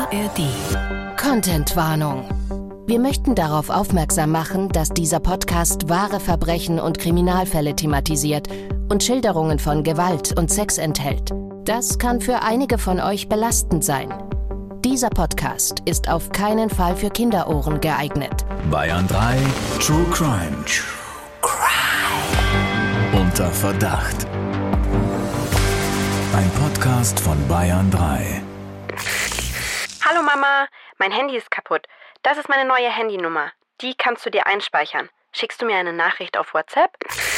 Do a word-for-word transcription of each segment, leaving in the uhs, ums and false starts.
A R D. Content-Warnung. Wir möchten darauf aufmerksam machen, dass dieser Podcast wahre Verbrechen und Kriminalfälle thematisiert und Schilderungen von Gewalt und Sex enthält. Das kann für einige von euch belastend sein. Dieser Podcast ist auf keinen Fall für Kinderohren geeignet. Bayern drei True Crime. True Crime. Unter Verdacht. Ein Podcast von Bayern drei. Hallo Mama, mein Handy ist kaputt. Das ist meine neue Handynummer. Die kannst du dir einspeichern. Schickst du mir eine Nachricht auf WhatsApp?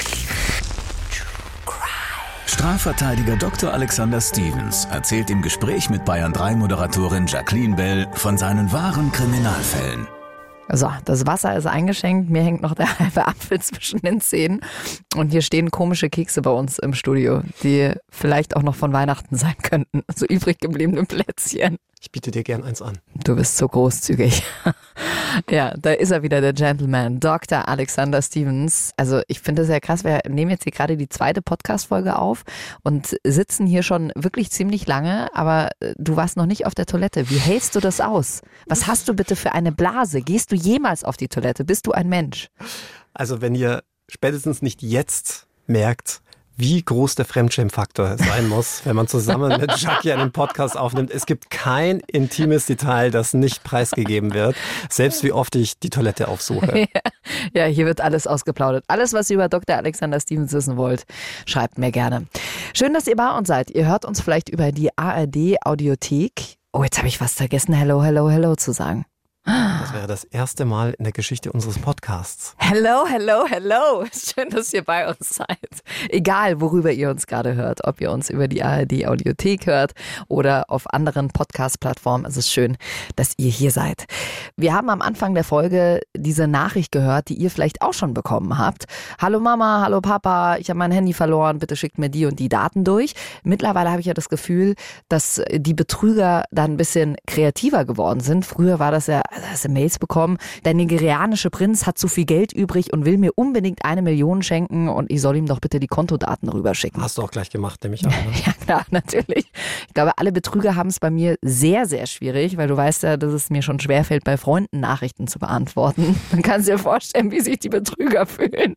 Strafverteidiger Doktor Alexander Stevens erzählt im Gespräch mit Bayern drei Moderatorin Jacqueline Bell von seinen wahren Kriminalfällen. So, das Wasser ist eingeschenkt, mir hängt noch der halbe Apfel zwischen den Zähnen und hier stehen komische Kekse bei uns im Studio, die vielleicht auch noch von Weihnachten sein könnten, so übrig gebliebene Plätzchen. Ich biete dir gern eins an. Du bist so großzügig. Ja, da ist er wieder, der Gentleman, Doktor Alexander Stevens. Also ich finde es ja krass, wir nehmen jetzt hier gerade die zweite Podcast-Folge auf und sitzen hier schon wirklich ziemlich lange, aber du warst noch nicht auf der Toilette. Wie hältst du das aus? Was hast du bitte für eine Blase? Gehst du jemals auf die Toilette? Bist du ein Mensch? Also wenn ihr spätestens nicht jetzt merkt, wie groß der Fremdschämfaktor sein muss, wenn man zusammen mit Jackie einen Podcast aufnimmt. Es gibt kein intimes Detail, das nicht preisgegeben wird, selbst wie oft ich die Toilette aufsuche. Ja, ja, hier wird alles ausgeplaudert. Alles, was ihr über Doktor Alexander Stevens wissen wollt, schreibt mir gerne. Schön, dass ihr bei uns seid. Ihr hört uns vielleicht über die A R D Audiothek. Oh, jetzt habe ich fast vergessen, hello, hello, hello zu sagen. Das wäre das erste Mal in der Geschichte unseres Podcasts. Hello, hello, hello. Schön, dass ihr bei uns seid. Egal, worüber ihr uns gerade hört, ob ihr uns über die A R D Audiothek hört oder auf anderen Podcast-Plattformen, es ist schön, dass ihr hier seid. Wir haben am Anfang der Folge diese Nachricht gehört, die ihr vielleicht auch schon bekommen habt. Hallo Mama, hallo Papa, ich habe mein Handy verloren, bitte schickt mir die und die Daten durch. Mittlerweile habe ich ja das Gefühl, dass die Betrüger da ein bisschen kreativer geworden sind. Früher war das ja, also hast du Mails bekommen, der nigerianische Prinz hat zu viel Geld übrig und will mir unbedingt eine Million schenken und ich soll ihm doch bitte die Kontodaten rüberschicken. Hast du auch gleich gemacht, nehme ich an. Ne? Ja klar, natürlich. Ich glaube, alle Betrüger haben es bei mir sehr, sehr schwierig, weil du weißt ja, dass es mir schon schwerfällt, bei Freunden Nachrichten zu beantworten. Man kann sich dir vorstellen, wie sich die Betrüger fühlen.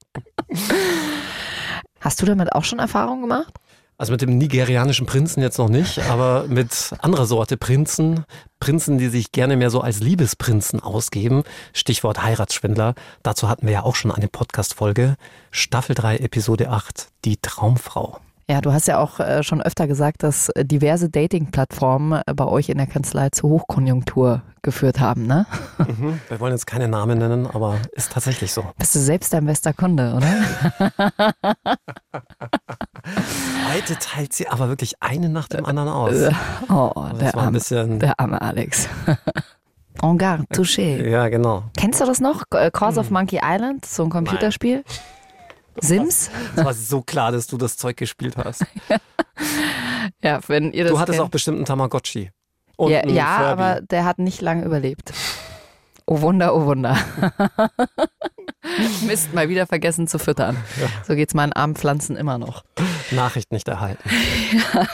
Hast du damit auch schon Erfahrungen gemacht? Also mit dem nigerianischen Prinzen jetzt noch nicht, aber mit anderer Sorte Prinzen, Prinzen, die sich gerne mehr so als Liebesprinzen ausgeben. Stichwort Heiratsschwindler. Dazu hatten wir ja auch schon eine Podcast-Folge. Staffel drei, Episode acht, die Traumfrau. Ja, du hast ja auch äh, schon öfter gesagt, dass diverse Dating-Plattformen äh, bei euch in der Kanzlei zur Hochkonjunktur geführt haben, ne? Mhm, wir wollen jetzt keine Namen nennen, aber ist tatsächlich so. Bist du selbst dein bester Kunde, oder? Heute teilt sie aber wirklich eine nach dem anderen aus. Oh, das der war ein arme, bisschen der arme Alex. En garde, touché. Ja, genau. Kennst du das noch? Cause of Monkey Island, so ein Computerspiel? Nein. Sims? Es war so klar, dass du das Zeug gespielt hast. Ja, wenn ihr das Du hattest kennt. auch bestimmt einen Tamagotchi. Und ja, einen ja Furby. aber der hat nicht lange überlebt. Oh Wunder, oh Wunder. Mist, mal wieder vergessen zu füttern. Ja. So geht's meinen armen Pflanzen immer noch. Nachricht nicht erhalten. Ja.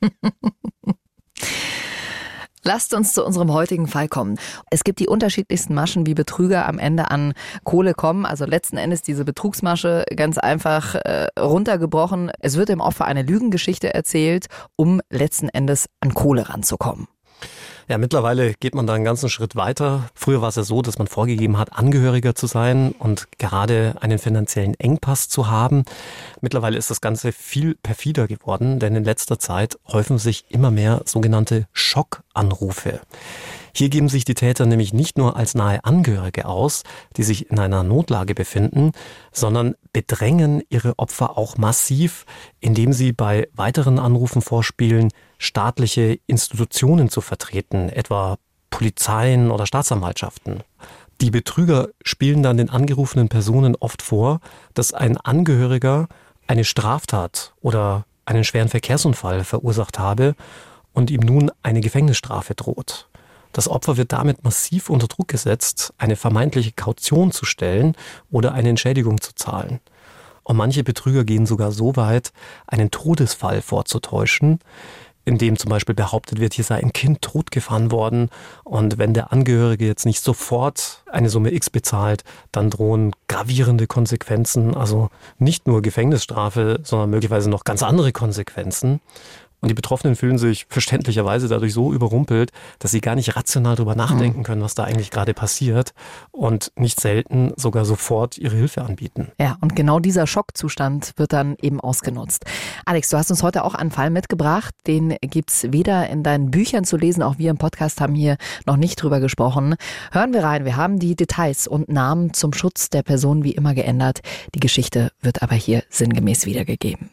Lasst uns zu unserem heutigen Fall kommen. Es gibt die unterschiedlichsten Maschen, wie Betrüger am Ende an Kohle kommen. Also letzten Endes diese Betrugsmasche ganz einfach äh, runtergebrochen. Es wird dem Opfer eine Lügengeschichte erzählt, um letzten Endes an Kohle ranzukommen. Ja, mittlerweile geht man da einen ganzen Schritt weiter. Früher war es ja so, dass man vorgegeben hat, Angehöriger zu sein und gerade einen finanziellen Engpass zu haben. Mittlerweile ist das Ganze viel perfider geworden, denn in letzter Zeit häufen sich immer mehr sogenannte Schockanrufe. Hier geben sich die Täter nämlich nicht nur als nahe Angehörige aus, die sich in einer Notlage befinden, sondern bedrängen ihre Opfer auch massiv, indem sie bei weiteren Anrufen vorspielen, staatliche Institutionen zu vertreten, etwa Polizeien oder Staatsanwaltschaften. Die Betrüger spielen dann den angerufenen Personen oft vor, dass ein Angehöriger eine Straftat oder einen schweren Verkehrsunfall verursacht habe und ihm nun eine Gefängnisstrafe droht. Das Opfer wird damit massiv unter Druck gesetzt, eine vermeintliche Kaution zu stellen oder eine Entschädigung zu zahlen. Und manche Betrüger gehen sogar so weit, einen Todesfall vorzutäuschen, in dem zum Beispiel behauptet wird, hier sei ein Kind totgefahren worden und wenn der Angehörige jetzt nicht sofort eine Summe X bezahlt, dann drohen gravierende Konsequenzen, also nicht nur Gefängnisstrafe, sondern möglicherweise noch ganz andere Konsequenzen. Und die Betroffenen fühlen sich verständlicherweise dadurch so überrumpelt, dass sie gar nicht rational darüber nachdenken können, was da eigentlich gerade passiert und nicht selten sogar sofort ihre Hilfe anbieten. Ja, und genau dieser Schockzustand wird dann eben ausgenutzt. Alex, du hast uns heute auch einen Fall mitgebracht, den gibt's weder in deinen Büchern zu lesen, auch wir im Podcast haben hier noch nicht drüber gesprochen. Hören wir rein, wir haben die Details und Namen zum Schutz der Person wie immer geändert. Die Geschichte wird aber hier sinngemäß wiedergegeben.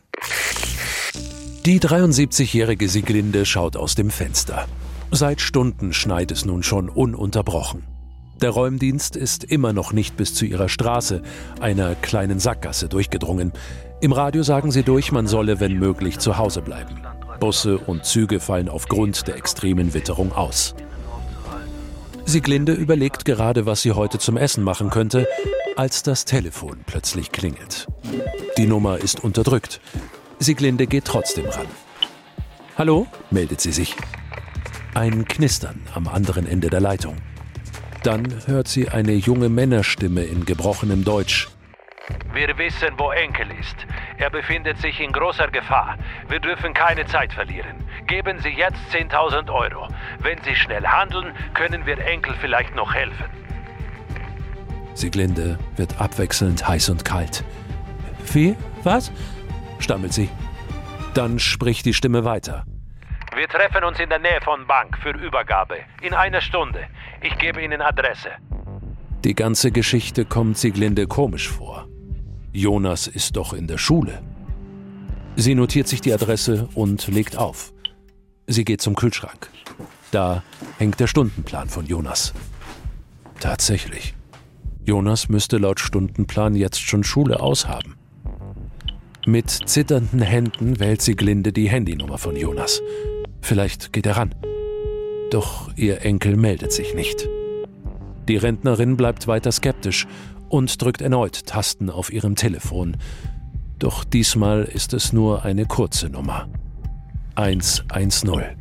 Die dreiundsiebzigjährige Sieglinde schaut aus dem Fenster. Seit Stunden schneit es nun schon ununterbrochen. Der Räumdienst ist immer noch nicht bis zu ihrer Straße, einer kleinen Sackgasse, durchgedrungen. Im Radio sagen sie durch, man solle, wenn möglich, zu Hause bleiben. Busse und Züge fallen aufgrund der extremen Witterung aus. Sieglinde überlegt gerade, was sie heute zum Essen machen könnte, als das Telefon plötzlich klingelt. Die Nummer ist unterdrückt. Sieglinde geht trotzdem ran. »Hallo?« meldet sie sich. Ein Knistern am anderen Ende der Leitung. Dann hört sie eine junge Männerstimme in gebrochenem Deutsch. »Wir wissen, wo Enkel ist. Er befindet sich in großer Gefahr. Wir dürfen keine Zeit verlieren. Geben Sie jetzt zehntausend Euro. Wenn Sie schnell handeln, können wir Enkel vielleicht noch helfen.« Sieglinde wird abwechselnd heiß und kalt. »Wie? Was?« stammelt sie. Dann spricht die Stimme weiter. »Wir treffen uns in der Nähe von Bank für Übergabe. In einer Stunde. Ich gebe Ihnen Adresse.« Die ganze Geschichte kommt Sieglinde komisch vor. Jonas ist doch in der Schule. Sie notiert sich die Adresse und legt auf. Sie geht zum Kühlschrank. Da hängt der Stundenplan von Jonas. Tatsächlich. Jonas müsste laut Stundenplan jetzt schon Schule aushaben. Mit zitternden Händen wählt Sieglinde die Handynummer von Jonas. Vielleicht geht er ran. Doch ihr Enkel meldet sich nicht. Die Rentnerin bleibt weiter skeptisch und drückt erneut Tasten auf ihrem Telefon. Doch diesmal ist es nur eine kurze Nummer. eins eins null.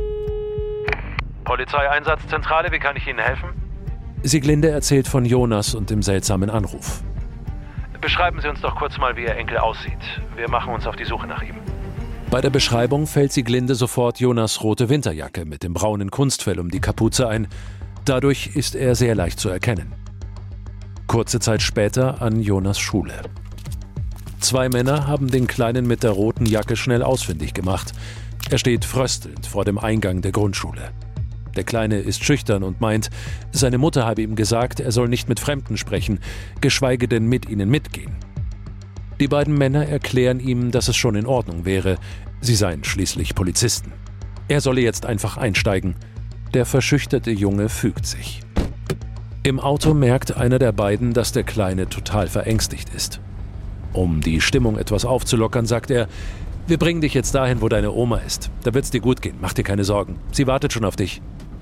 Polizeieinsatzzentrale, wie kann ich Ihnen helfen? Sieglinde erzählt von Jonas und dem seltsamen Anruf. Beschreiben Sie uns doch kurz mal, wie Ihr Enkel aussieht. Wir machen uns auf die Suche nach ihm. Bei der Beschreibung fällt Sieglinde sofort Jonas rote Winterjacke mit dem braunen Kunstfell um die Kapuze ein. Dadurch ist er sehr leicht zu erkennen. Kurze Zeit später an Jonas Schule. Zwei Männer haben den Kleinen mit der roten Jacke schnell ausfindig gemacht. Er steht fröstelnd vor dem Eingang der Grundschule. Der Kleine ist schüchtern und meint, seine Mutter habe ihm gesagt, er soll nicht mit Fremden sprechen, geschweige denn mit ihnen mitgehen. Die beiden Männer erklären ihm, dass es schon in Ordnung wäre. Sie seien schließlich Polizisten. Er solle jetzt einfach einsteigen. Der verschüchterte Junge fügt sich. Im Auto merkt einer der beiden, dass der Kleine total verängstigt ist. Um die Stimmung etwas aufzulockern, sagt er, wir bringen dich jetzt dahin, wo deine Oma ist. Da wird's dir gut gehen, mach dir keine Sorgen. Sie wartet schon auf dich.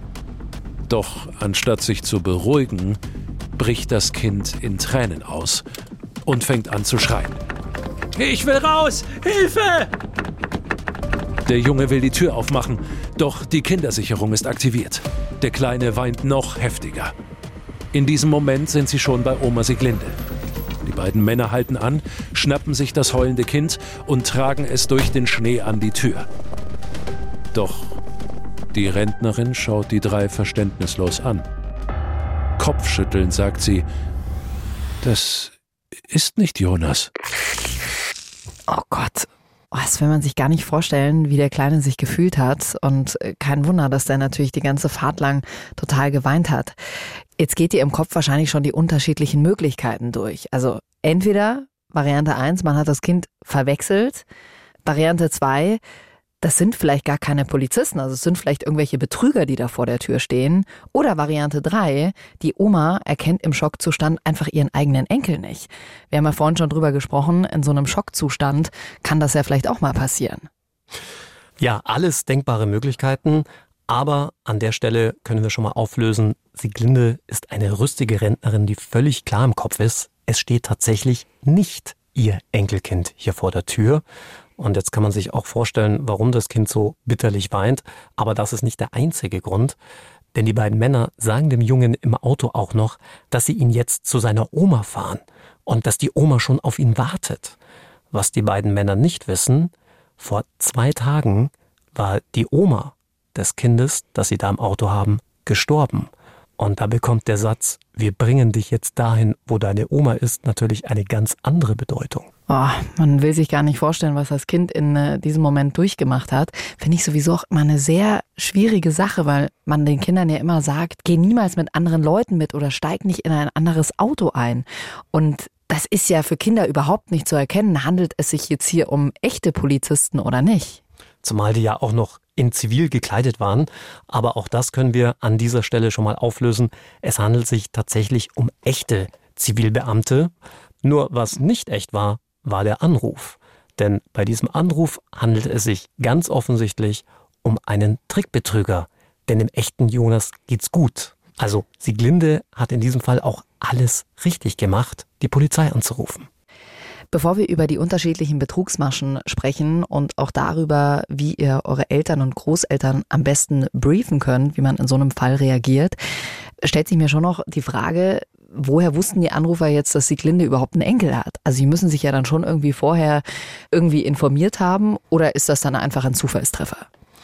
Doch anstatt sich zu beruhigen, bricht das Kind in Tränen aus und fängt an zu schreien. Ich will raus! Hilfe! Der Junge will die Tür aufmachen, doch die Kindersicherung ist aktiviert. Der Kleine weint noch heftiger. In diesem Moment sind sie schon bei Oma Sieglinde. Die beiden Männer halten an, schnappen sich das heulende Kind und tragen es durch den Schnee an die Tür. Doch die Rentnerin schaut die drei verständnislos an. Kopfschüttelnd sagt sie, das ist nicht Jonas. Oh Gott. Oh, das will man sich gar nicht vorstellen, wie der Kleine sich gefühlt hat. Und kein Wunder, dass der natürlich die ganze Fahrt lang total geweint hat. Jetzt geht dir im Kopf wahrscheinlich schon die unterschiedlichen Möglichkeiten durch. Also entweder Variante eins, man hat das Kind verwechselt. Variante zwei, das sind vielleicht gar keine Polizisten, also es sind vielleicht irgendwelche Betrüger, die da vor der Tür stehen. Oder Variante drei, die Oma erkennt im Schockzustand einfach ihren eigenen Enkel nicht. Wir haben ja vorhin schon drüber gesprochen, in so einem Schockzustand kann das ja vielleicht auch mal passieren. Ja, alles denkbare Möglichkeiten, aber an der Stelle können wir schon mal auflösen, Sieglinde ist eine rüstige Rentnerin, die völlig klar im Kopf ist, es steht tatsächlich nicht ihr Enkelkind hier vor der Tür. Und jetzt kann man sich auch vorstellen, warum das Kind so bitterlich weint. Aber das ist nicht der einzige Grund. Denn die beiden Männer sagen dem Jungen im Auto auch noch, dass sie ihn jetzt zu seiner Oma fahren und dass die Oma schon auf ihn wartet. Was die beiden Männer nicht wissen, vor zwei Tagen war die Oma des Kindes, das sie da im Auto haben, gestorben. Und da bekommt der Satz, wir bringen dich jetzt dahin, wo deine Oma ist, natürlich eine ganz andere Bedeutung. Oh, man will sich gar nicht vorstellen, was das Kind in äh, diesem Moment durchgemacht hat. Finde ich sowieso auch immer eine sehr schwierige Sache, weil man den Kindern ja immer sagt, geh niemals mit anderen Leuten mit oder steig nicht in ein anderes Auto ein. Und das ist ja für Kinder überhaupt nicht zu erkennen, handelt es sich jetzt hier um echte Polizisten oder nicht? Zumal die ja auch noch in Zivil gekleidet waren. Aber auch das können wir an dieser Stelle schon mal auflösen. Es handelt sich tatsächlich um echte Zivilbeamte. Nur was nicht echt war, war der Anruf. Denn bei diesem Anruf handelt es sich ganz offensichtlich um einen Trickbetrüger. Denn dem echten Jonas geht's gut. Also Sieglinde hat in diesem Fall auch alles richtig gemacht, die Polizei anzurufen. Bevor wir über die unterschiedlichen Betrugsmaschen sprechen und auch darüber, wie ihr eure Eltern und Großeltern am besten briefen könnt, wie man in so einem Fall reagiert, stellt sich mir schon noch die Frage, woher wussten die Anrufer jetzt, dass Sieglinde überhaupt einen Enkel hat? Also sie müssen sich ja dann schon irgendwie vorher irgendwie informiert haben, oder ist das dann einfach ein Zufallstreffer?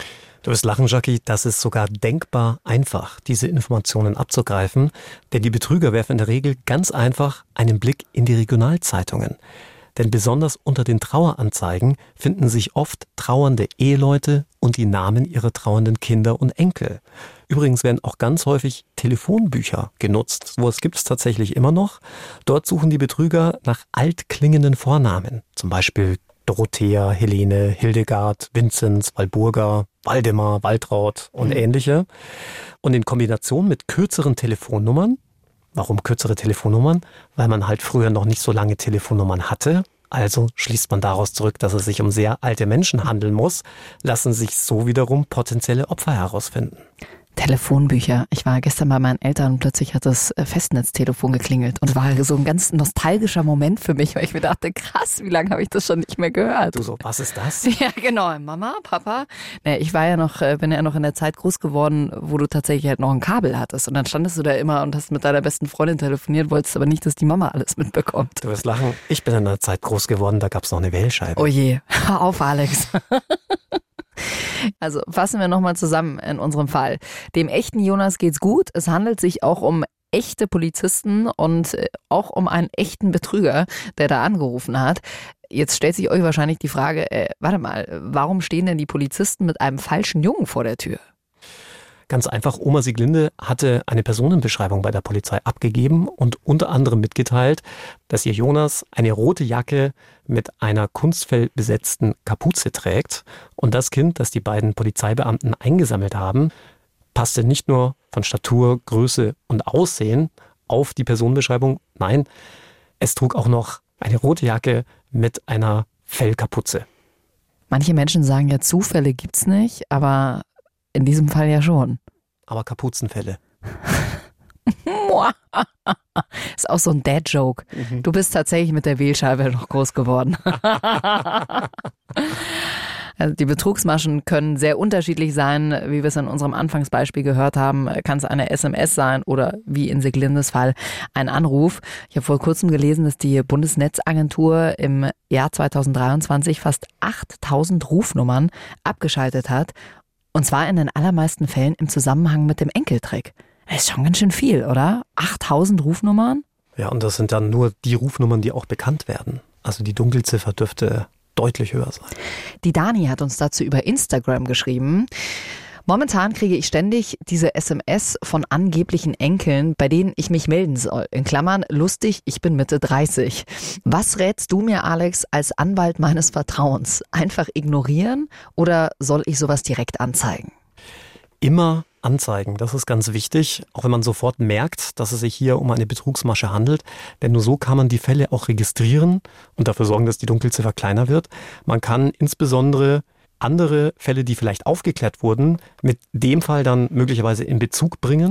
Du wirst lachen, Jackie, das ist sogar denkbar einfach, diese Informationen abzugreifen, denn die Betrüger werfen in der Regel ganz einfach einen Blick in die Regionalzeitungen. Denn besonders unter den Traueranzeigen finden sich oft trauernde Eheleute und die Namen ihrer trauernden Kinder und Enkel. Übrigens werden auch ganz häufig Telefonbücher genutzt. Sowas gibt es tatsächlich immer noch. Dort suchen die Betrüger nach altklingenden Vornamen, zum Beispiel Dorothea, Helene, Hildegard, Vinzenz, Walburga, Waldemar, Waltraud und ähnliche. Und in Kombination mit kürzeren Telefonnummern. Warum kürzere Telefonnummern? Weil man halt früher noch nicht so lange Telefonnummern hatte. Also schließt man daraus zurück, dass es sich um sehr alte Menschen handeln muss, lassen sich so wiederum potenzielle Opfer herausfinden. Telefonbücher. Ich war gestern bei meinen Eltern und plötzlich hat das Festnetztelefon geklingelt. Und es war so ein ganz nostalgischer Moment für mich, weil ich mir dachte, krass, wie lange habe ich das schon nicht mehr gehört? Du so, was ist das? Ja, genau. Mama, Papa. Nee, ich war ja noch, bin ja noch in der Zeit groß geworden, wo du tatsächlich halt noch ein Kabel hattest. Und dann standest du da immer und hast mit deiner besten Freundin telefoniert, wolltest aber nicht, dass die Mama alles mitbekommt. Du wirst lachen. Ich bin in der Zeit groß geworden, da gab es noch eine Wählscheibe. Oh je, hör auf, Alex. Also fassen wir nochmal zusammen in unserem Fall. Dem echten Jonas geht's gut. Es handelt sich auch um echte Polizisten und auch um einen echten Betrüger, der da angerufen hat. Jetzt stellt sich euch wahrscheinlich die Frage, äh, warte mal, warum stehen denn die Polizisten mit einem falschen Jungen vor der Tür? Ganz einfach, Oma Sieglinde hatte eine Personenbeschreibung bei der Polizei abgegeben und unter anderem mitgeteilt, dass ihr Jonas eine rote Jacke mit einer kunstfellbesetzten Kapuze trägt. Und das Kind, das die beiden Polizeibeamten eingesammelt haben, passte nicht nur von Statur, Größe und Aussehen auf die Personenbeschreibung. Nein, es trug auch noch eine rote Jacke mit einer Fellkapuze. Manche Menschen sagen ja, Zufälle gibt's nicht, aber in diesem Fall ja schon. Aber Kapuzenfälle. Ist auch so ein Dad-Joke. Mhm. Du bist tatsächlich mit der Wählscheibe noch groß geworden. Also die Betrugsmaschen können sehr unterschiedlich sein, wie wir es in unserem Anfangsbeispiel gehört haben. Kann es eine S M S sein oder wie in Sieglindes Fall ein Anruf. Ich habe vor kurzem gelesen, dass die Bundesnetzagentur im Jahr zweitausenddreiundzwanzig fast achttausend Rufnummern abgeschaltet hat. Und zwar in den allermeisten Fällen im Zusammenhang mit dem Enkeltrick. Das ist schon ganz schön viel, oder? achttausend Rufnummern? Ja, und das sind dann nur die Rufnummern, die auch bekannt werden. Also die Dunkelziffer dürfte deutlich höher sein. Die Dani hat uns dazu über Instagram geschrieben. Momentan kriege ich ständig diese S M S von angeblichen Enkeln, bei denen ich mich melden soll. In Klammern, lustig, ich bin Mitte dreißig. Was rätst du mir, Alex, als Anwalt meines Vertrauens? Einfach ignorieren oder soll ich sowas direkt anzeigen? Immer anzeigen, das ist ganz wichtig, auch wenn man sofort merkt, dass es sich hier um eine Betrugsmasche handelt. Denn nur so kann man die Fälle auch registrieren und dafür sorgen, dass die Dunkelziffer kleiner wird. Man kann insbesondere andere Fälle, die vielleicht aufgeklärt wurden, mit dem Fall dann möglicherweise in Bezug bringen.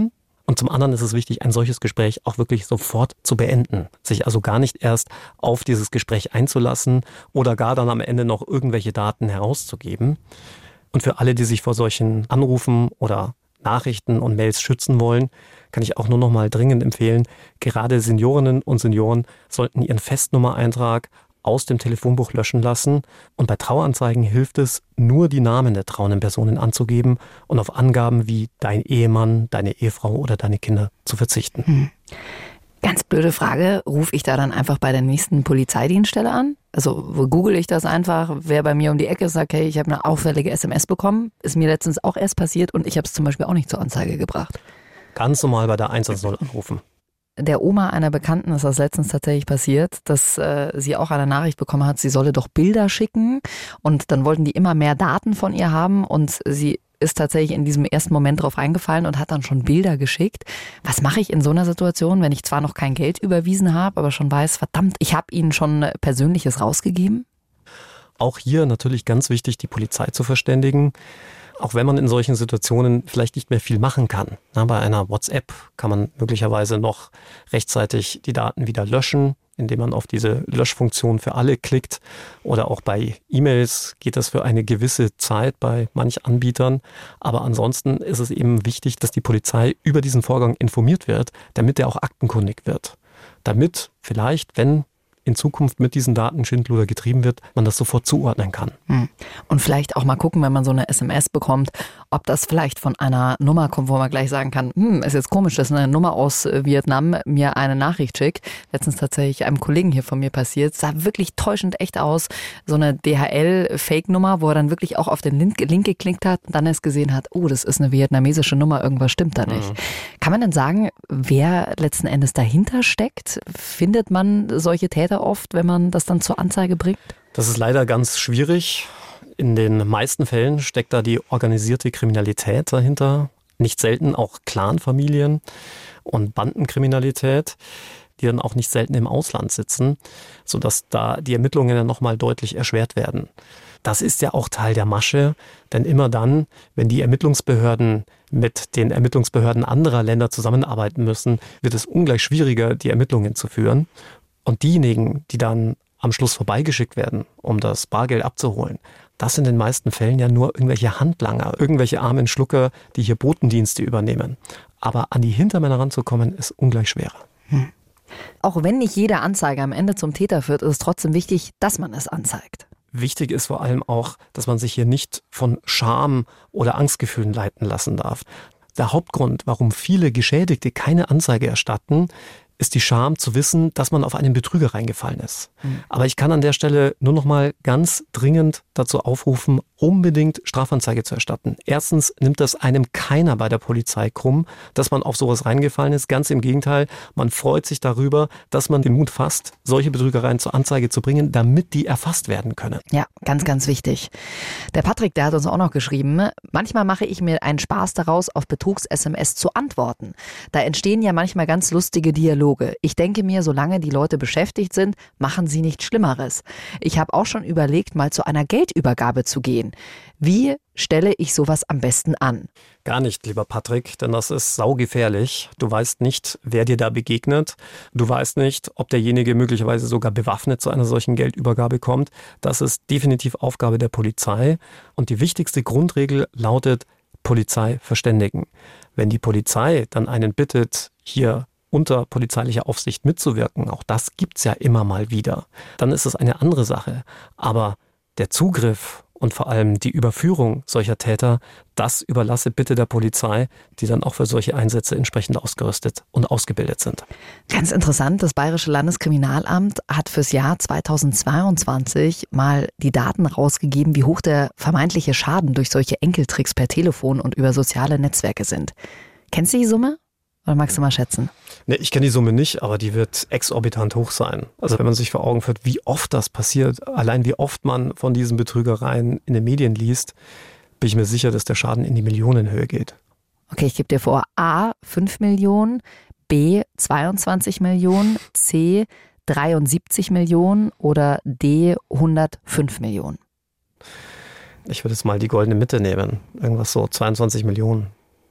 Und zum anderen ist es wichtig, ein solches Gespräch auch wirklich sofort zu beenden. Sich also gar nicht erst auf dieses Gespräch einzulassen oder gar dann am Ende noch irgendwelche Daten herauszugeben. Und für alle, die sich vor solchen Anrufen oder Nachrichten und Mails schützen wollen, kann ich auch nur noch mal dringend empfehlen, gerade Seniorinnen und Senioren sollten ihren Festnummereintrag aus dem Telefonbuch löschen lassen. Und bei Traueranzeigen hilft es, nur die Namen der trauenden Personen anzugeben und auf Angaben wie dein Ehemann, deine Ehefrau oder deine Kinder zu verzichten. Hm. Ganz blöde Frage, rufe ich da dann einfach bei der nächsten Polizeidienststelle an? Also google ich das einfach, wer bei mir um die Ecke sagt, hey, ich habe eine auffällige S M S bekommen, ist mir letztens auch erst passiert und ich habe es zum Beispiel auch nicht zur Anzeige gebracht. Ganz normal bei der eins eins null anrufen. Der Oma einer Bekannten ist das letztens tatsächlich passiert, dass äh, sie auch eine Nachricht bekommen hat, sie solle doch Bilder schicken und dann wollten die immer mehr Daten von ihr haben und sie ist tatsächlich in diesem ersten Moment drauf reingefallen und hat dann schon Bilder geschickt. Was mache ich in so einer Situation, wenn ich zwar noch kein Geld überwiesen habe, aber schon weiß, verdammt, ich habe ihnen schon Persönliches rausgegeben? Auch hier natürlich ganz wichtig, die Polizei zu verständigen. Auch wenn man in solchen Situationen vielleicht nicht mehr viel machen kann. Na, bei einer WhatsApp kann man möglicherweise noch rechtzeitig die Daten wieder löschen, indem man auf diese Löschfunktion für alle klickt. Oder auch bei E-Mails geht das für eine gewisse Zeit bei manch Anbietern. Aber ansonsten ist es eben wichtig, dass die Polizei über diesen Vorgang informiert wird, damit er auch aktenkundig wird. Damit vielleicht, wenn in Zukunft mit diesen Daten Schindluder getrieben wird, man das sofort zuordnen kann. Und vielleicht auch mal gucken, wenn man so eine S M S bekommt, ob das vielleicht von einer Nummer kommt, wo man gleich sagen kann, hm, ist jetzt komisch, dass eine Nummer aus Vietnam mir eine Nachricht schickt. Letztens tatsächlich einem Kollegen hier von mir passiert, sah wirklich täuschend echt aus. So eine D H L-Fake-Nummer, wo er dann wirklich auch auf den Link, Link geklickt hat und dann erst gesehen hat, oh, das ist eine vietnamesische Nummer, irgendwas stimmt da nicht. Mhm. Kann man denn sagen, wer letzten Endes dahinter steckt? Findet man solche Täter oft, wenn man das dann zur Anzeige bringt? Das ist leider ganz schwierig. In den meisten Fällen steckt da die organisierte Kriminalität dahinter. Nicht selten auch Clanfamilien und Bandenkriminalität, die dann auch nicht selten im Ausland sitzen, sodass da die Ermittlungen dann nochmal deutlich erschwert werden. Das ist ja auch Teil der Masche, denn immer dann, wenn die Ermittlungsbehörden mit den Ermittlungsbehörden anderer Länder zusammenarbeiten müssen, wird es ungleich schwieriger, die Ermittlungen zu führen. Und diejenigen, die dann am Schluss vorbeigeschickt werden, um das Bargeld abzuholen, das sind in den meisten Fällen ja nur irgendwelche Handlanger, irgendwelche armen Schlucker, die hier Botendienste übernehmen. Aber an die Hintermänner ranzukommen, ist ungleich schwerer. Hm. Auch wenn nicht jede Anzeige am Ende zum Täter führt, ist es trotzdem wichtig, dass man es anzeigt. Wichtig ist vor allem auch, dass man sich hier nicht von Scham oder Angstgefühlen leiten lassen darf. Der Hauptgrund, warum viele Geschädigte keine Anzeige erstatten, ist die Scham zu wissen, dass man auf einen Betrüger reingefallen ist. Mhm. Aber ich kann an der Stelle nur noch mal ganz dringend dazu aufrufen, unbedingt Strafanzeige zu erstatten. Erstens nimmt das einem keiner bei der Polizei krumm, dass man auf sowas reingefallen ist. Ganz im Gegenteil, man freut sich darüber, dass man den Mut fasst, solche Betrügereien zur Anzeige zu bringen, damit die erfasst werden können. Ja, ganz, ganz wichtig. Der Patrick, der hat uns auch noch geschrieben, manchmal mache ich mir einen Spaß daraus, auf Betrugs-S M S zu antworten. Da entstehen ja manchmal ganz lustige Dialoge. Ich denke mir, solange die Leute beschäftigt sind, machen sie nichts Schlimmeres. Ich habe auch schon überlegt, mal zu einer Geldübergabe zu gehen. Wie stelle ich sowas am besten an? Gar nicht, lieber Patrick, denn das ist saugefährlich. Du weißt nicht, wer dir da begegnet. Du weißt nicht, ob derjenige möglicherweise sogar bewaffnet zu einer solchen Geldübergabe kommt. Das ist definitiv Aufgabe der Polizei. Und die wichtigste Grundregel lautet, Polizei verständigen. Wenn die Polizei dann einen bittet, hier unter polizeilicher Aufsicht mitzuwirken, auch das gibt's ja immer mal wieder, dann ist es eine andere Sache. Aber der Zugriff und vor allem die Überführung solcher Täter, das überlasse bitte der Polizei, die dann auch für solche Einsätze entsprechend ausgerüstet und ausgebildet sind. Ganz interessant, das Bayerische Landeskriminalamt hat fürs Jahr zweitausendzweiundzwanzig mal die Daten rausgegeben, wie hoch der vermeintliche Schaden durch solche Enkeltricks per Telefon und über soziale Netzwerke sind. Kennst du die Summe? Oder magst du mal schätzen? Nee, ich kenne die Summe nicht, aber die wird exorbitant hoch sein. Also wenn man sich vor Augen führt, wie oft das passiert, allein wie oft man von diesen Betrügereien in den Medien liest, bin ich mir sicher, dass der Schaden in die Millionenhöhe geht. Okay, ich gebe dir vor, A, fünf Millionen, B, zweiundzwanzig Millionen, C, dreiundsiebzig Millionen oder D, hundertfünf Millionen. Ich würde jetzt mal die goldene Mitte nehmen. Irgendwas so zweiundzwanzig Millionen.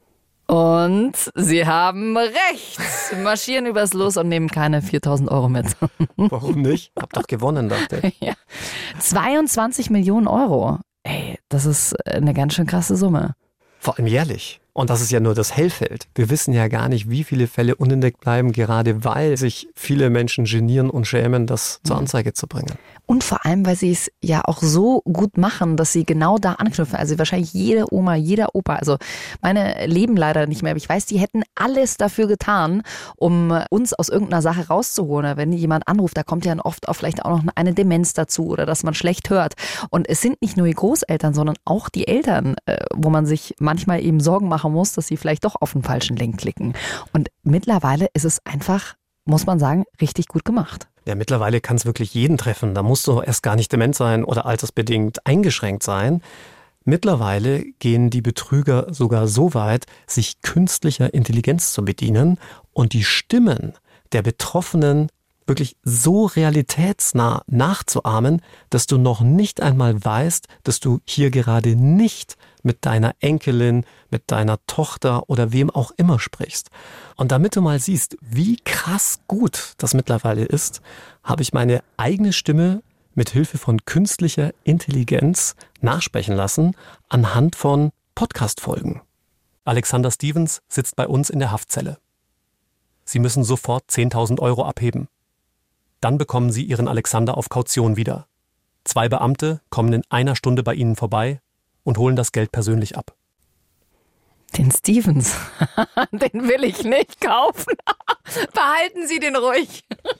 Und sie haben recht. Marschieren übers Los und nehmen keine viertausend Euro mit. Warum nicht? Hab doch gewonnen, dachte ich. Ja. zweiundzwanzig Millionen Euro. Ey, das ist eine ganz schön krasse Summe. Vor allem jährlich. Und das ist ja nur das Hellfeld. Wir wissen ja gar nicht, wie viele Fälle unentdeckt bleiben, gerade weil sich viele Menschen genieren und schämen, das zur Anzeige zu bringen. Und vor allem, weil sie es ja auch so gut machen, dass sie genau da anknüpfen. Also wahrscheinlich jede Oma, jeder Opa, also meine leben leider nicht mehr, aber ich weiß, die hätten alles dafür getan, um uns aus irgendeiner Sache rauszuholen. Wenn jemand anruft, da kommt ja oft auch vielleicht auch noch eine Demenz dazu oder dass man schlecht hört. Und es sind nicht nur die Großeltern, sondern auch die Eltern, wo man sich manchmal eben Sorgen machen muss, dass sie vielleicht doch auf den falschen Link klicken. Und mittlerweile ist es einfach, muss man sagen, richtig gut gemacht. Ja, mittlerweile kann es wirklich jeden treffen. Da musst du erst gar nicht dement sein oder altersbedingt eingeschränkt sein. Mittlerweile gehen die Betrüger sogar so weit, sich künstlicher Intelligenz zu bedienen und die Stimmen der Betroffenen wirklich so realitätsnah nachzuahmen, dass du noch nicht einmal weißt, dass du hier gerade nicht mit deiner Enkelin, mit deiner Tochter oder wem auch immer sprichst. Und damit du mal siehst, wie krass gut das mittlerweile ist, habe ich meine eigene Stimme mit Hilfe von künstlicher Intelligenz nachsprechen lassen anhand von Podcast-Folgen. Alexander Stevens sitzt bei uns in der Haftzelle. Sie müssen sofort zehntausend Euro abheben. Dann bekommen Sie Ihren Alexander auf Kaution wieder. Zwei Beamte kommen in einer Stunde bei Ihnen vorbei und holen das Geld persönlich ab. Den Stevens, den will ich nicht kaufen. Behalten Sie den ruhig.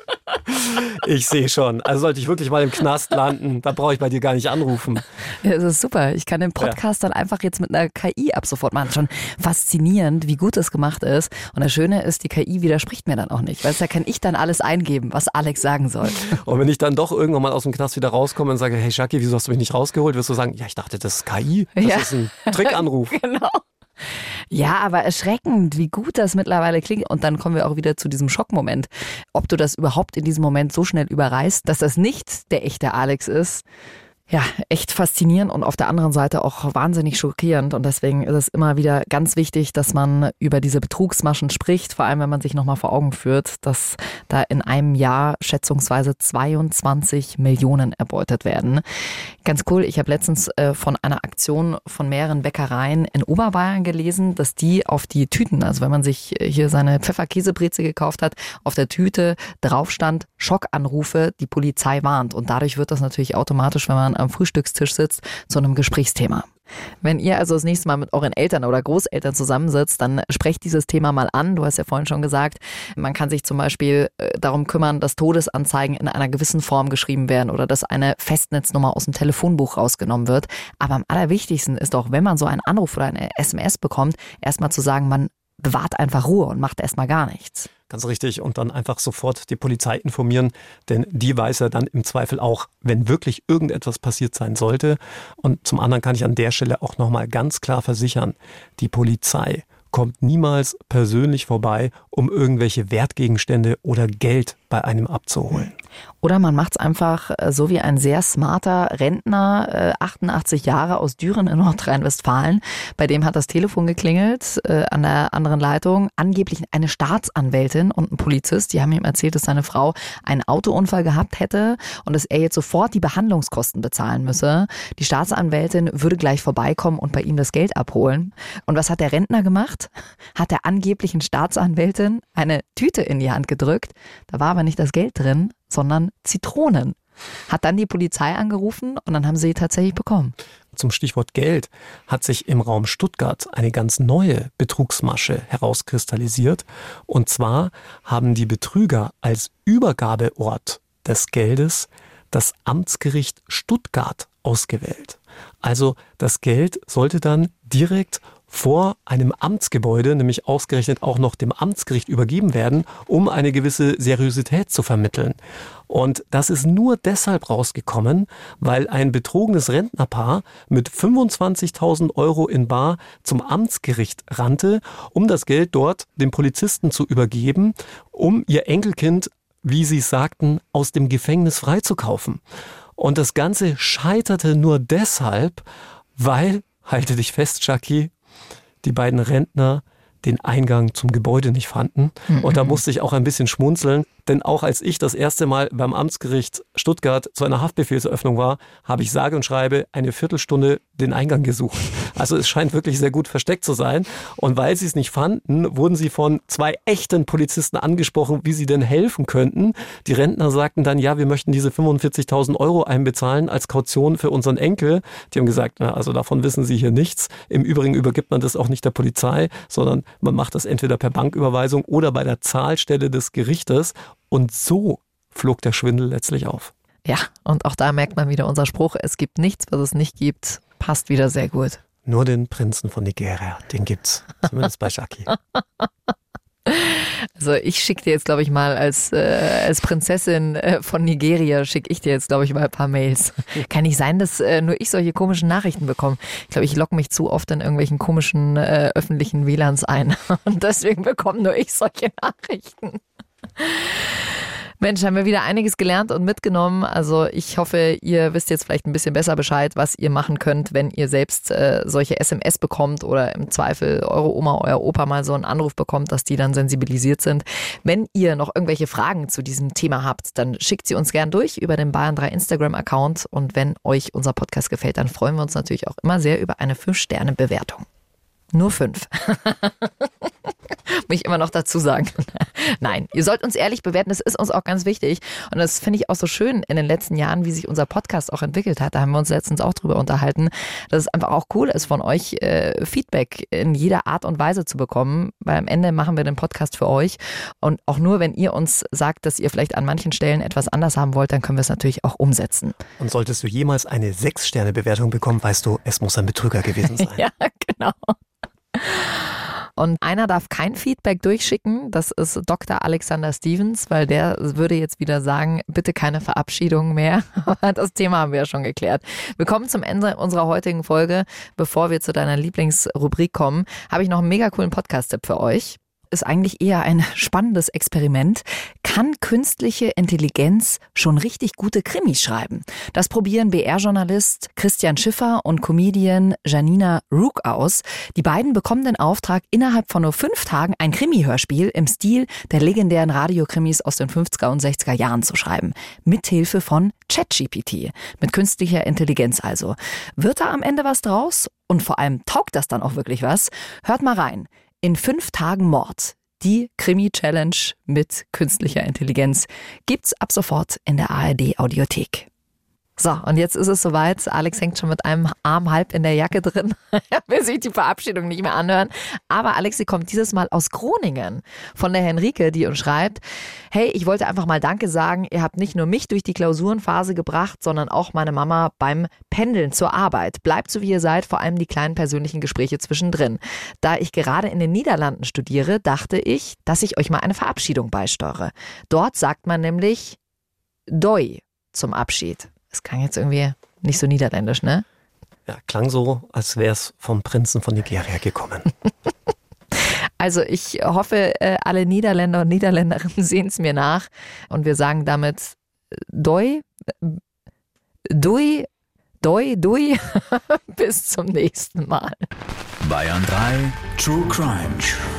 Ich sehe schon. Also sollte ich wirklich mal im Knast landen, da brauche ich bei dir gar nicht anrufen. Ja, das ist super. Ich kann den Podcast ja. dann einfach jetzt mit einer K I ab sofort machen. Schon faszinierend, wie gut das gemacht ist. Und das Schöne ist, die K I widerspricht mir dann auch nicht. Weil da kann ich dann alles eingeben, was Alex sagen soll. Und wenn ich dann doch irgendwann mal aus dem Knast wieder rauskomme und sage, hey Jackie, wieso hast du mich nicht rausgeholt? Wirst du sagen, ja, ich dachte, das ist K I. Das ja. ist ein Trickanruf. Genau. Ja, aber erschreckend, wie gut das mittlerweile klingt. Und dann kommen wir auch wieder zu diesem Schockmoment. Ob du das überhaupt in diesem Moment so schnell überreißt, dass das nicht der echte Alex ist. Ja, echt faszinierend und auf der anderen Seite auch wahnsinnig schockierend. Und deswegen ist es immer wieder ganz wichtig, dass man über diese Betrugsmaschen spricht. Vor allem, wenn man sich nochmal vor Augen führt, dass da in einem Jahr schätzungsweise zweiundzwanzig Millionen erbeutet werden. Ganz cool, ich habe letztens äh, von einer Aktion von mehreren Bäckereien in Oberbayern gelesen, dass die auf die Tüten, also wenn man sich hier seine Pfefferkäsebrezel gekauft hat, auf der Tüte drauf stand, Schockanrufe, die Polizei warnt. Und dadurch wird das natürlich automatisch, wenn man am Frühstückstisch sitzt, zu einem Gesprächsthema. Wenn ihr also das nächste Mal mit euren Eltern oder Großeltern zusammensitzt, dann sprecht dieses Thema mal an. Du hast ja vorhin schon gesagt, man kann sich zum Beispiel darum kümmern, dass Todesanzeigen in einer gewissen Form geschrieben werden oder dass eine Festnetznummer aus dem Telefonbuch rausgenommen wird. Aber am allerwichtigsten ist auch, wenn man so einen Anruf oder eine S M S bekommt, erstmal zu sagen, man bewahrt einfach Ruhe und macht erstmal gar nichts. Ganz richtig. Und dann einfach sofort die Polizei informieren, denn die weiß ja dann im Zweifel auch, wenn wirklich irgendetwas passiert sein sollte. Und zum anderen kann ich an der Stelle auch nochmal ganz klar versichern, die Polizei kommt niemals persönlich vorbei, um irgendwelche Wertgegenstände oder Geld bei einem abzuholen. Oder man macht es einfach so wie ein sehr smarter Rentner, achtundachtzig Jahre aus Düren in Nordrhein-Westfalen. Bei dem hat das Telefon geklingelt, äh, an der anderen Leitung. Angeblich eine Staatsanwältin und ein Polizist. Die haben ihm erzählt, dass seine Frau einen Autounfall gehabt hätte und dass er jetzt sofort die Behandlungskosten bezahlen müsse. Die Staatsanwältin würde gleich vorbeikommen und bei ihm das Geld abholen. Und was hat der Rentner gemacht? Hat der angeblichen Staatsanwältin eine Tüte in die Hand gedrückt. Da war aber nicht das Geld drin, sondern Zitronen. Hat dann die Polizei angerufen und dann haben sie tatsächlich bekommen. Zum Stichwort Geld hat sich im Raum Stuttgart eine ganz neue Betrugsmasche herauskristallisiert. Und zwar haben die Betrüger als Übergabeort des Geldes das Amtsgericht Stuttgart ausgewählt. Also das Geld sollte dann direkt vor einem Amtsgebäude, nämlich ausgerechnet auch noch dem Amtsgericht übergeben werden, um eine gewisse Seriosität zu vermitteln. Und das ist nur deshalb rausgekommen, weil ein betrogenes Rentnerpaar mit fünfundzwanzigtausend Euro in bar zum Amtsgericht rannte, um das Geld dort dem Polizisten zu übergeben, um ihr Enkelkind, wie sie sagten, aus dem Gefängnis freizukaufen. Und das Ganze scheiterte nur deshalb, weil, halte dich fest, Jackie, die beiden Rentner den Eingang zum Gebäude nicht fanden. Mhm. Und da musste ich auch ein bisschen schmunzeln, denn auch als ich das erste Mal beim Amtsgericht Stuttgart zu einer Haftbefehlseröffnung war, habe ich sage und schreibe eine Viertelstunde den Eingang gesucht. Also es scheint wirklich sehr gut versteckt zu sein. Und weil sie es nicht fanden, wurden sie von zwei echten Polizisten angesprochen, wie sie denn helfen könnten. Die Rentner sagten dann, ja, wir möchten diese fünfundvierzigtausend Euro einbezahlen als Kaution für unseren Enkel. Die haben gesagt, na, also davon wissen sie hier nichts. Im Übrigen übergibt man das auch nicht der Polizei, sondern man macht das entweder per Banküberweisung oder bei der Zahlstelle des Gerichtes. Und so flog der Schwindel letztlich auf. Ja, und auch da merkt man wieder unser Spruch, es gibt nichts, was es nicht gibt, passt wieder sehr gut. Nur den Prinzen von Nigeria, den gibt's, zumindest bei Jackie. Also ich schicke dir jetzt, glaube ich, mal als, äh, als Prinzessin äh, von Nigeria, schicke ich dir jetzt, glaube ich, mal ein paar Mails. Kann nicht sein, dass äh, nur ich solche komischen Nachrichten bekomme. Ich glaube, ich logge mich zu oft in irgendwelchen komischen äh, öffentlichen W L A Ns ein. Und deswegen bekomme nur ich solche Nachrichten. Mensch, haben wir wieder einiges gelernt und mitgenommen. Also ich hoffe, ihr wisst jetzt vielleicht ein bisschen besser Bescheid, was ihr machen könnt, wenn ihr selbst äh, solche S M S bekommt oder im Zweifel eure Oma, euer Opa mal so einen Anruf bekommt, dass die dann sensibilisiert sind. Wenn ihr noch irgendwelche Fragen zu diesem Thema habt, dann schickt sie uns gern durch über den Bayern drei Instagram-Account. Und wenn euch unser Podcast gefällt, dann freuen wir uns natürlich auch immer sehr über eine fünf Sterne Bewertung. Nur fünf. Muss ich immer noch dazu sagen. Nein, ihr sollt uns ehrlich bewerten, das ist uns auch ganz wichtig. Und das finde ich auch so schön in den letzten Jahren, wie sich unser Podcast auch entwickelt hat. Da haben wir uns letztens auch drüber unterhalten, dass es einfach auch cool ist, von euch äh, Feedback in jeder Art und Weise zu bekommen. Weil am Ende machen wir den Podcast für euch. Und auch nur, wenn ihr uns sagt, dass ihr vielleicht an manchen Stellen etwas anders haben wollt, dann können wir es natürlich auch umsetzen. Und solltest du jemals eine sechs Sterne Bewertung bekommen, weißt du, es muss ein Betrüger gewesen sein. Ja, genau. Und einer darf kein Feedback durchschicken, das ist Doktor Alexander Stevens, weil der würde jetzt wieder sagen, bitte keine Verabschiedung mehr. Aber das Thema haben wir ja schon geklärt. Wir kommen zum Ende unserer heutigen Folge. Bevor wir zu deiner Lieblingsrubrik kommen, habe ich noch einen mega coolen Podcast-Tipp für euch. Ist eigentlich eher ein spannendes Experiment. Kann künstliche Intelligenz schon richtig gute Krimis schreiben? Das probieren B R-Journalist Christian Schiffer und Comedian Janina Rook aus. Die beiden bekommen den Auftrag, innerhalb von nur fünf Tagen ein Krimi-Hörspiel im Stil der legendären Radiokrimis aus den fünfziger und sechziger Jahren zu schreiben. Mithilfe von ChatGPT. Mit künstlicher Intelligenz also. Wird da am Ende was draus? Und vor allem taugt das dann auch wirklich was? Hört mal rein. In fünf Tagen Mord. Die Krimi-Challenge mit künstlicher Intelligenz gibt's ab sofort in der A R D-Audiothek. So, und jetzt ist es soweit. Alex hängt schon mit einem Arm halb in der Jacke drin. Er will sich die Verabschiedung nicht mehr anhören. Aber Alex, sie kommt dieses Mal aus Groningen. Von der Henrike, die uns schreibt, hey, ich wollte einfach mal Danke sagen. Ihr habt nicht nur mich durch die Klausurenphase gebracht, sondern auch meine Mama beim Pendeln zur Arbeit. Bleibt so, wie ihr seid, vor allem die kleinen persönlichen Gespräche zwischendrin. Da ich gerade in den Niederlanden studiere, dachte ich, dass ich euch mal eine Verabschiedung beisteuere. Dort sagt man nämlich Doi zum Abschied. Das klang jetzt irgendwie nicht so niederländisch, ne? Ja, klang so, als wäre es vom Prinzen von Nigeria gekommen. Also ich hoffe, alle Niederländer und Niederländerinnen sehen es mir nach. Und wir sagen damit Doi, Dui, Doi, Dui. Bis zum nächsten Mal. Bayern drei True Crime.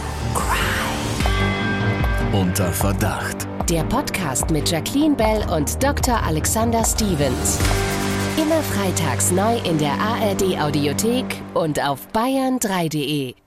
Unter Verdacht. Der Podcast mit Jacqueline Bell und Doktor Alexander Stevens. Immer freitags neu in der A R D-Audiothek und auf bayern drei punkt de.